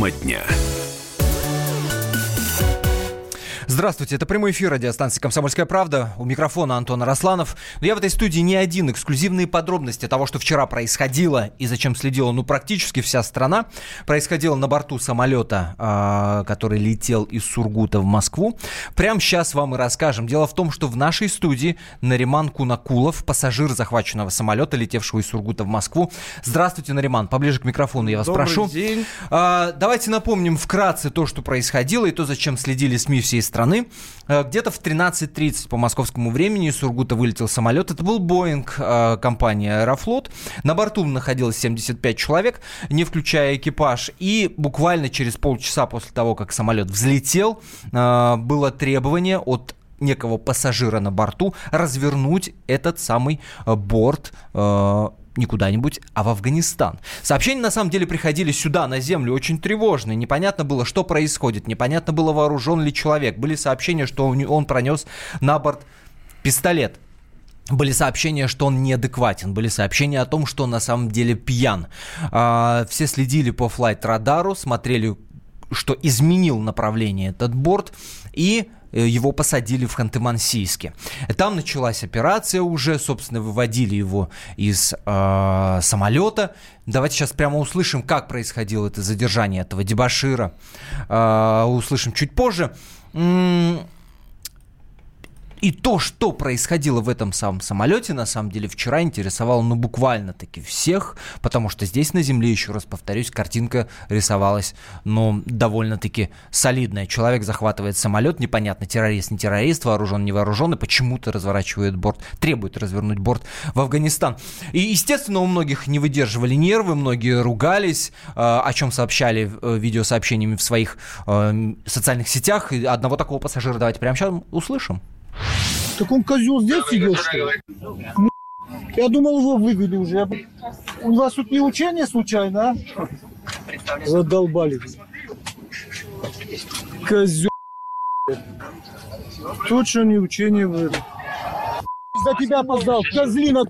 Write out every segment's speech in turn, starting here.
Тема дня. Здравствуйте, это прямой эфир радиостанции «Комсомольская правда». У микрофона Антон Арасланов. Но я в этой студии не один. Эксклюзивные подробности того, что вчера происходило и зачем следила, практически вся страна, происходило на борту самолета, который летел из Сургута в Москву. Прямо сейчас вам и расскажем. Дело в том, что в нашей студии Нариман Кунакулов, пассажир захваченного самолета, летевшего из Сургута в Москву. Здравствуйте, Нариман. Поближе к микрофону я вас прошу. Добрый день. Давайте напомним вкратце то, что происходило, и то, зачем следили СМИ всей страны. Где-то в 13:30 по московскому времени из Сургута вылетел самолет. Это был Боинг компании «Аэрофлот». На борту находилось 75 человек, не включая экипаж. И буквально через полчаса после того, как самолет взлетел, было требование от некого пассажира на борту развернуть этот самый борт не куда-нибудь, а в Афганистан. Сообщения, на самом деле, приходили сюда, на землю, очень тревожные. Непонятно было, что происходит. Непонятно было, вооружен ли человек. Были сообщения, что он пронес на борт пистолет. Были сообщения, что он неадекватен. Были сообщения о том, что он на самом деле пьян. Все следили по флайт-радару, смотрели, что изменил направление этот борт, и его посадили в Ханты-Мансийске. Там началась операция уже, собственно, выводили его из самолета. Давайте сейчас прямо услышим, как происходило это задержание этого дебошира. Услышим чуть позже. И то, что происходило в этом самом самолете, на самом деле, вчера интересовало, буквально-таки всех, потому что здесь, на земле, еще раз повторюсь, картинка рисовалась, довольно-таки солидная. Человек захватывает самолет, непонятно, террорист, не террорист, вооружен, не вооружен, и почему-то разворачивает борт, требует развернуть борт в Афганистан. И, естественно, у многих не выдерживали нервы, многие ругались, о чем сообщали видеосообщениями в своих социальных сетях. И одного такого пассажира давайте прямо сейчас услышим. Так он, козел, здесь сидел, что ли? Я думал, его вывели уже. У вас тут не учение случайно, а? Задолбали. Козел. Точно не учение вывели. За тебя опоздал, козлина.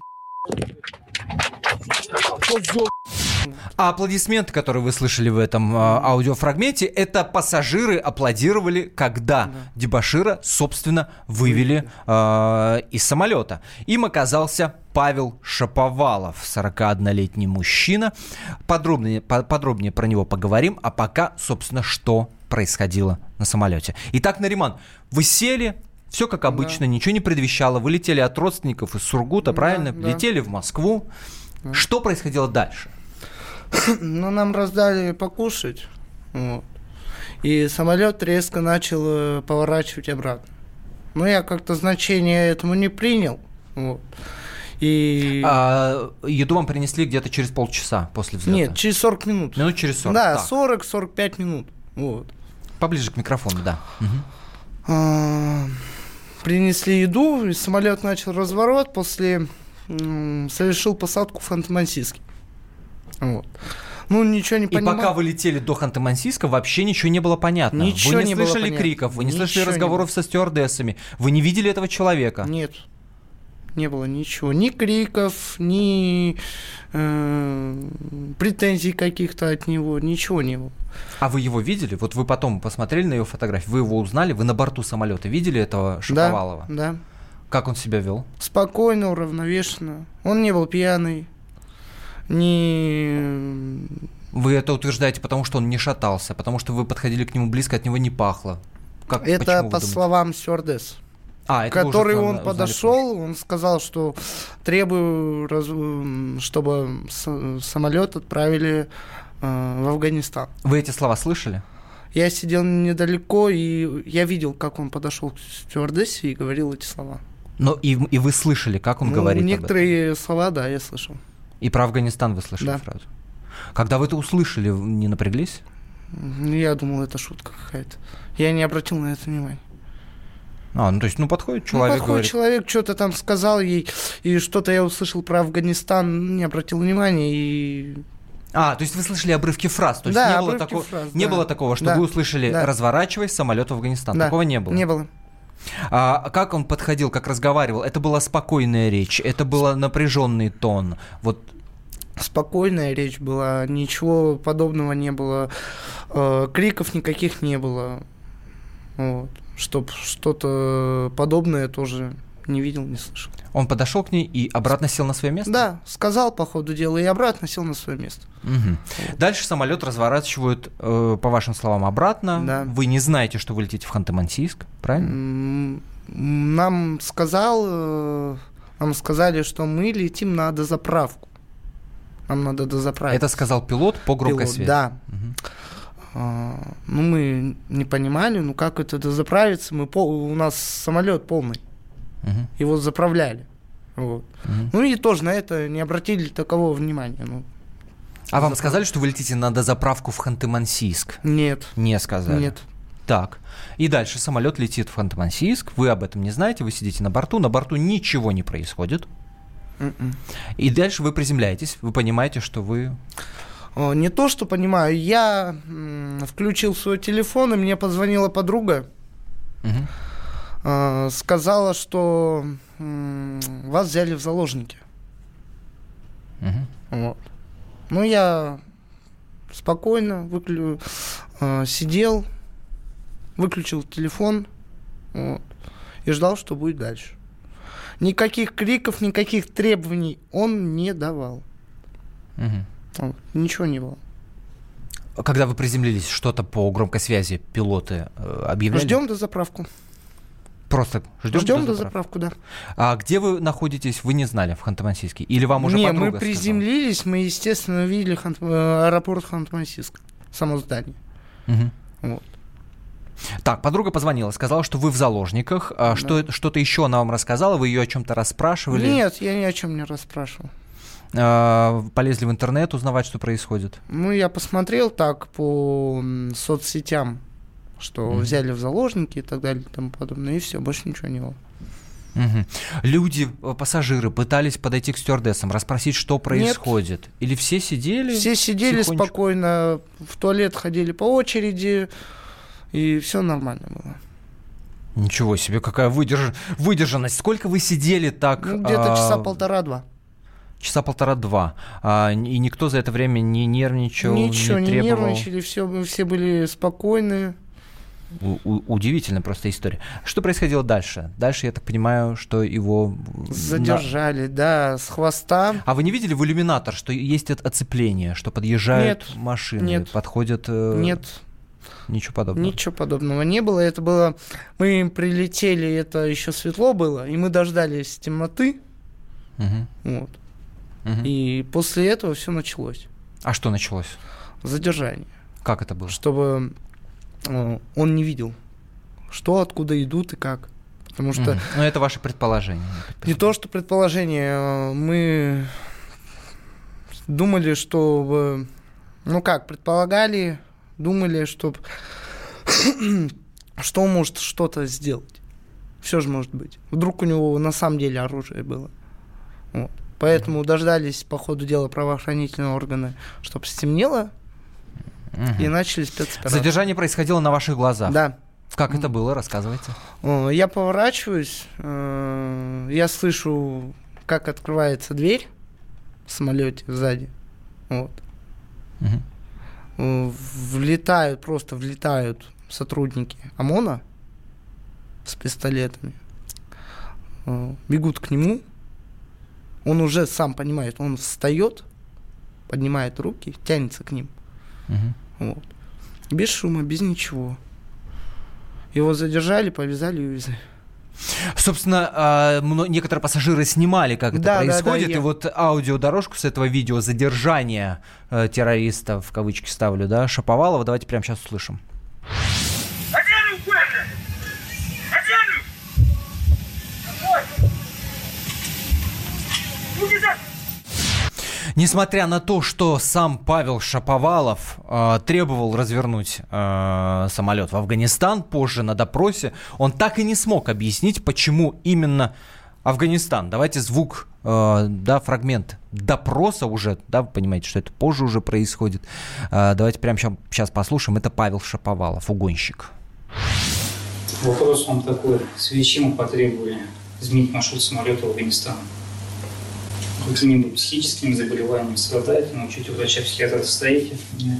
Козел. А аплодисменты, которые вы слышали в этом аудиофрагменте, это пассажиры аплодировали, когда дебошира, собственно, вывели из самолета. Им оказался Павел Шаповалов, 41-летний мужчина. Подробнее про него поговорим, а пока, собственно, что происходило на самолете. Итак, Нариман, вы сели, все как обычно, ничего не предвещало, вы летели от родственников из Сургута, правильно? Да. Летели в Москву. Да. Что происходило дальше? Нам раздали покушать, и самолет резко начал поворачивать обратно. Я как-то значения этому не принял. И... еду вам принесли где-то через полчаса после взлета? Нет, через 40 минут. Минут через 40? Да, 40-45 минут. Поближе к микрофону, да. Принесли еду, и самолет начал разворот, после совершил посадку в Ханты-Мансийске. Ничего не понимал. И пока вы летели до Ханты-Мансийска, вообще ничего не было понятно. Ничего вы не слышали было криков, вы не слышали ничего разговоров со стюардессами, вы не видели этого человека? Нет, не было ничего. Ни криков, ни претензий каких-то от него, ничего не было. А вы его видели? Вот вы потом посмотрели на его фотографию, вы его узнали, вы на борту самолета видели этого Шаповалова? Да. Как он себя вел? Спокойно, уравновешенно. Он не был пьяный. Вы это утверждаете, потому что он не шатался, потому что вы подходили к нему близко, от него не пахло. Это по словам стюардесс. Который он подошел, он сказал, что требую, чтобы самолет отправили в Афганистан. Вы эти слова слышали? Я сидел недалеко, и я видел, как он подошел к стюардессе и говорил эти слова. И вы слышали, как он говорит некоторые об этом? Слова, да, я слышал. И про Афганистан вы слышали фразу? Когда вы это услышали, не напряглись? Я думал, это шутка какая-то. Я не обратил на это внимания. То есть, подходит человек, подходит человек, что-то там сказал ей, и что-то я услышал про Афганистан, не обратил внимания, и... То есть вы слышали обрывки фраз? То есть не было такого, что вы услышали «разворачивай самолет в Афганистан». Такого не было? Не было. Как он подходил, как разговаривал? Это была спокойная речь, это был напряженный тон. спокойная речь была, ничего подобного не было, криков никаких не было. Вот. Чтоб что-то подобное тоже не видел, не слышал. Он подошел к ней и обратно сел на свое место? Да, сказал по ходу дела и обратно сел на свое место. Угу. Дальше самолет разворачивают, по вашим словам, обратно. Да. Вы не знаете, что вы летите в Ханты-Мансийск, правильно? Нам сказали, что мы летим на дозаправку. Нам надо дозаправить. Это сказал пилот по громкой связи? Да. Угу. Мы не понимали, как это дозаправиться. У нас самолет полный. Угу. Его заправляли. Вот. Угу. И тоже на это не обратили такового внимания. А вам сказали, что вы летите на дозаправку в Ханты-Мансийск? Нет. Не сказали? Нет. Так, и дальше самолет летит в Ханты-Мансийск, вы об этом не знаете, вы сидите на борту ничего не происходит. И дальше вы приземляетесь, вы понимаете, что вы... Не то, что понимаю, я включил свой телефон, и мне позвонила подруга, сказала, что вас взяли в заложники. Вот. Я спокойно сидел, выключил телефон и ждал, что будет дальше. Никаких криков, никаких требований он не давал. Ничего не было. Когда вы приземлились, что-то по громкой связи пилоты объявляли? Ждем дозаправку. Просто ждем дозаправку, да. А где вы находитесь, вы не знали в Ханты-Мансийске? Или вам уже подруга сказала? Мы приземлились, мы, естественно, видели аэропорт Ханты-Мансийск, само здание. Вот. Так, подруга позвонила, сказала, что вы в заложниках. Да. Что-то еще она вам рассказала? Вы ее о чем-то расспрашивали? Нет, я ни о чем не расспрашивал. Полезли в интернет узнавать, что происходит? Я посмотрел так по соцсетям, что взяли в заложники и так далее и тому подобное, и все, больше ничего не было. Люди, пассажиры пытались подойти к стюардессам, расспросить, что происходит? Нет. Или все сидели? Все сидели спокойно, в туалет ходили по очереди, и все нормально было. Ничего себе, какая выдержанность. Сколько вы сидели так? Где-то часа полтора-два. Часа полтора-два. И никто за это время не нервничал, ничего, не требовал? Нервничали, все были спокойны. Удивительная просто история. Что происходило дальше? Дальше, я так понимаю, что его... Задержали, да, с хвоста. А вы не видели в иллюминатор, что есть оцепление, что подъезжают машины, подходят... Нет. Ничего подобного? Ничего подобного не было. Это было... Мы прилетели, это еще светло было, и мы дождались темноты. Вот. И после этого все началось. А что началось? Задержание. Как это было? Чтобы он не видел, что, откуда идут и как. Потому что... Но это ваше предположение. Не то, что предположение. Мы думали, что... предполагали, думали, что он может что-то сделать. Все же может быть. Вдруг у него на самом деле оружие было. Вот. Поэтому дождались по ходу дела правоохранительные органы, чтобы стемнело, и начали спецоперацию. Задержание происходило на ваших глазах? Да. Как это было? Рассказывайте. Я поворачиваюсь, я слышу, как открывается дверь в самолете сзади. Вот. Влетают сотрудники ОМОНа с пистолетами, бегут к нему. Он уже сам понимает, он встает, поднимает руки, тянется к ним. Вот. Без шума, без ничего. Его задержали, повязали и увезли. Собственно, некоторые пассажиры снимали, как это происходит, и вот аудиодорожку с этого видео задержания террориста, в кавычки ставлю, да, Шаповалова, давайте прямо сейчас услышим. Несмотря на то, что сам Павел Шаповалов требовал развернуть самолет в Афганистан, позже на допросе он так и не смог объяснить, почему именно Афганистан. Давайте звук, фрагмент допроса уже, вы понимаете, что это позже уже происходит. Давайте прямо сейчас послушаем. Это Павел Шаповалов, угонщик. Вопрос вам такой. В связи с чем потребовали изменить маршрут самолета в Афганистан? Какими-нибудь психическими заболеваниями страдаете? Научите врача-психиатра состоите? Нет.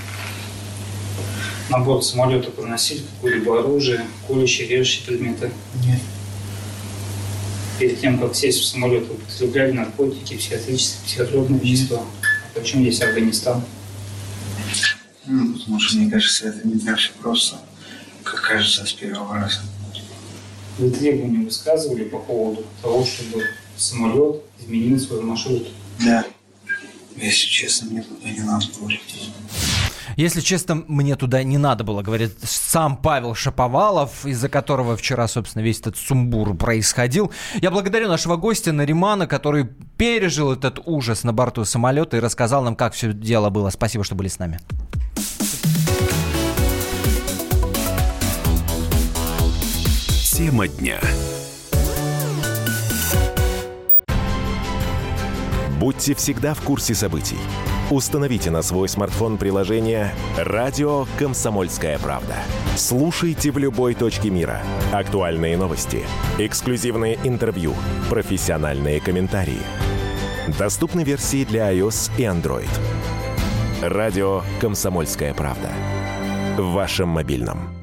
На борт самолета проносили какое-либо оружие, колющие, режущие предметы? Нет. Перед тем, как сесть в самолет, вы употребляли наркотики, психотропные вещества? А почему здесь Афганистан? Потому что, мне кажется, это не так все просто, как кажется с первого раза. Вы требования высказывали по поводу того, чтобы самолет изменил свой маршрут? Да. Если честно, мне туда не надо было лететь. Если честно, мне туда не надо было, говорит сам Павел Шаповалов, из-за которого вчера, собственно, весь этот сумбур происходил. Я благодарю нашего гостя Наримана, который пережил этот ужас на борту самолета и рассказал нам, как все дело было. Спасибо, что были с нами. Тема дня. Будьте всегда в курсе событий. Установите на свой смартфон приложение «Радио Комсомольская правда». Слушайте в любой точке мира. Актуальные новости, эксклюзивные интервью, профессиональные комментарии. Доступны версии для iOS и Android. «Радио Комсомольская правда». В вашем мобильном.